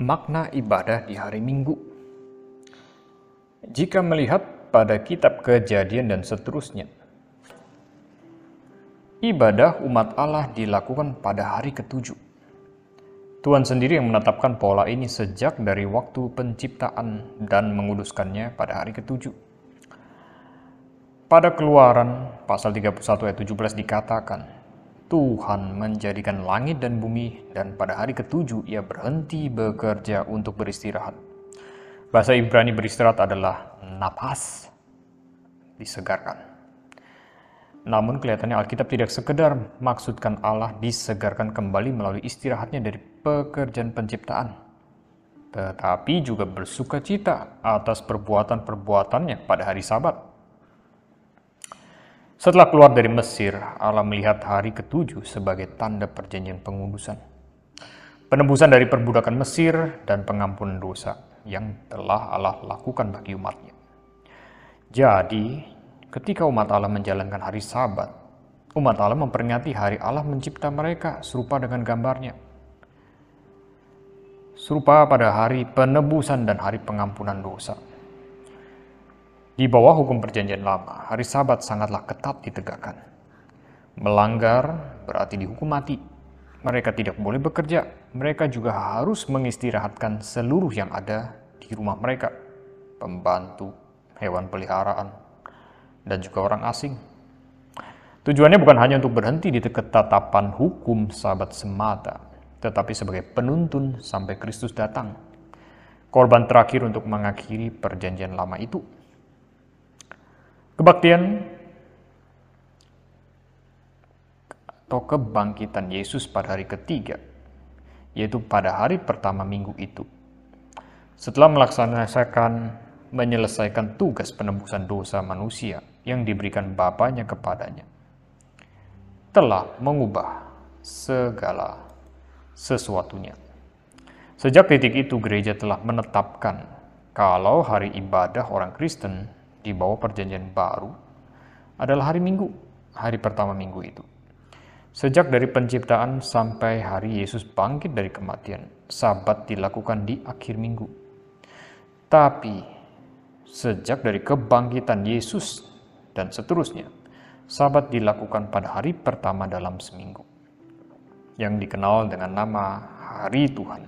Makna ibadah di hari Minggu. Jika melihat pada kitab Kejadian dan seterusnya, ibadah umat Allah dilakukan pada hari ketujuh. Tuhan sendiri yang menetapkan pola ini sejak dari waktu penciptaan dan menguduskannya pada hari ketujuh. Pada Keluaran pasal 31 ayat 17 dikatakan, Tuhan menjadikan langit dan bumi, dan pada hari ketujuh ia berhenti bekerja untuk beristirahat. Bahasa Ibrani beristirahat adalah napas, disegarkan. Namun kelihatannya Alkitab tidak sekedar maksudkan Allah disegarkan kembali melalui istirahatnya dari pekerjaan penciptaan, tetapi juga bersukacita atas perbuatan-perbuatannya pada hari Sabat. Setelah keluar dari Mesir, Allah melihat hari ketujuh sebagai tanda perjanjian pengudusan, penebusan dari perbudakan Mesir dan pengampunan dosa yang telah Allah lakukan bagi umatnya. Jadi, ketika umat Allah menjalankan hari Sabat, umat Allah memperingati hari Allah mencipta mereka serupa dengan gambarnya. Serupa pada hari penebusan dan hari pengampunan dosa. Di bawah hukum perjanjian lama, hari Sabat sangatlah ketat ditegakkan. Melanggar berarti dihukum mati. Mereka tidak boleh bekerja. Mereka juga harus mengistirahatkan seluruh yang ada di rumah mereka. Pembantu, hewan peliharaan, dan juga orang asing. Tujuannya bukan hanya untuk berhenti di ketetapan hukum Sabat semata, tetapi sebagai penuntun sampai Kristus datang. Korban terakhir untuk mengakhiri perjanjian lama itu. Kebaktian atau kebangkitan Yesus pada hari ketiga, yaitu pada hari pertama minggu itu. Setelah menyelesaikan tugas penebusan dosa manusia yang diberikan Bapanya kepadanya, telah mengubah segala sesuatunya. Sejak titik itu, gereja telah menetapkan kalau hari ibadah orang Kristen di bawah perjanjian baru adalah hari Minggu, hari pertama minggu itu. Sejak dari penciptaan sampai hari Yesus bangkit dari kematian, Sabat dilakukan di akhir minggu. Tapi sejak dari kebangkitan Yesus dan seterusnya, Sabat dilakukan pada hari pertama dalam seminggu, yang dikenal dengan nama Hari Tuhan,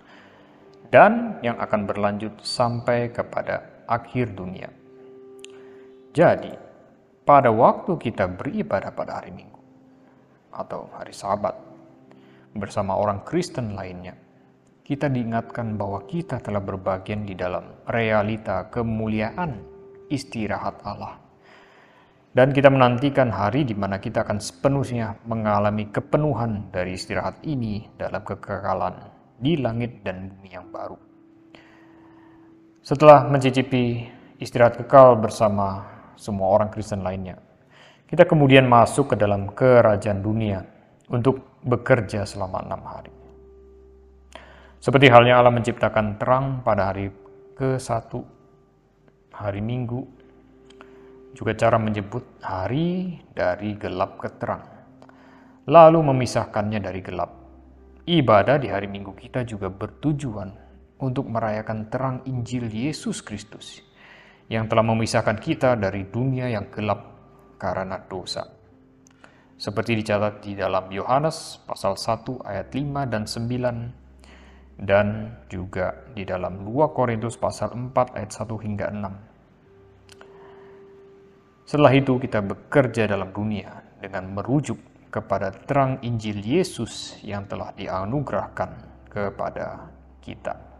dan yang akan berlanjut sampai kepada akhir dunia. Jadi, pada waktu kita beribadah pada hari Minggu atau hari Sabat bersama orang Kristen lainnya, kita diingatkan bahwa kita telah berbagian di dalam realita kemuliaan istirahat Allah. Dan kita menantikan hari di mana kita akan sepenuhnya mengalami kepenuhan dari istirahat ini dalam kekekalan di langit dan bumi yang baru. Setelah mencicipi istirahat kekal bersama semua orang Kristen lainnya, kita kemudian masuk ke dalam kerajaan dunia untuk bekerja selama 6 hari. Seperti halnya Allah menciptakan terang pada hari ke-1, hari Minggu, juga cara menyebut hari dari gelap ke terang, lalu memisahkannya dari gelap. Ibadah di hari Minggu kita juga bertujuan untuk merayakan terang Injil Yesus Kristus yang telah memisahkan kita dari dunia yang gelap karena dosa. Seperti dicatat di dalam Yohanes pasal 1 ayat 5 dan 9, dan juga di dalam 2 Korintus pasal 4 ayat 1 hingga 6. Setelah itu kita bekerja dalam dunia dengan merujuk kepada terang Injil Yesus yang telah dianugerahkan kepada kita.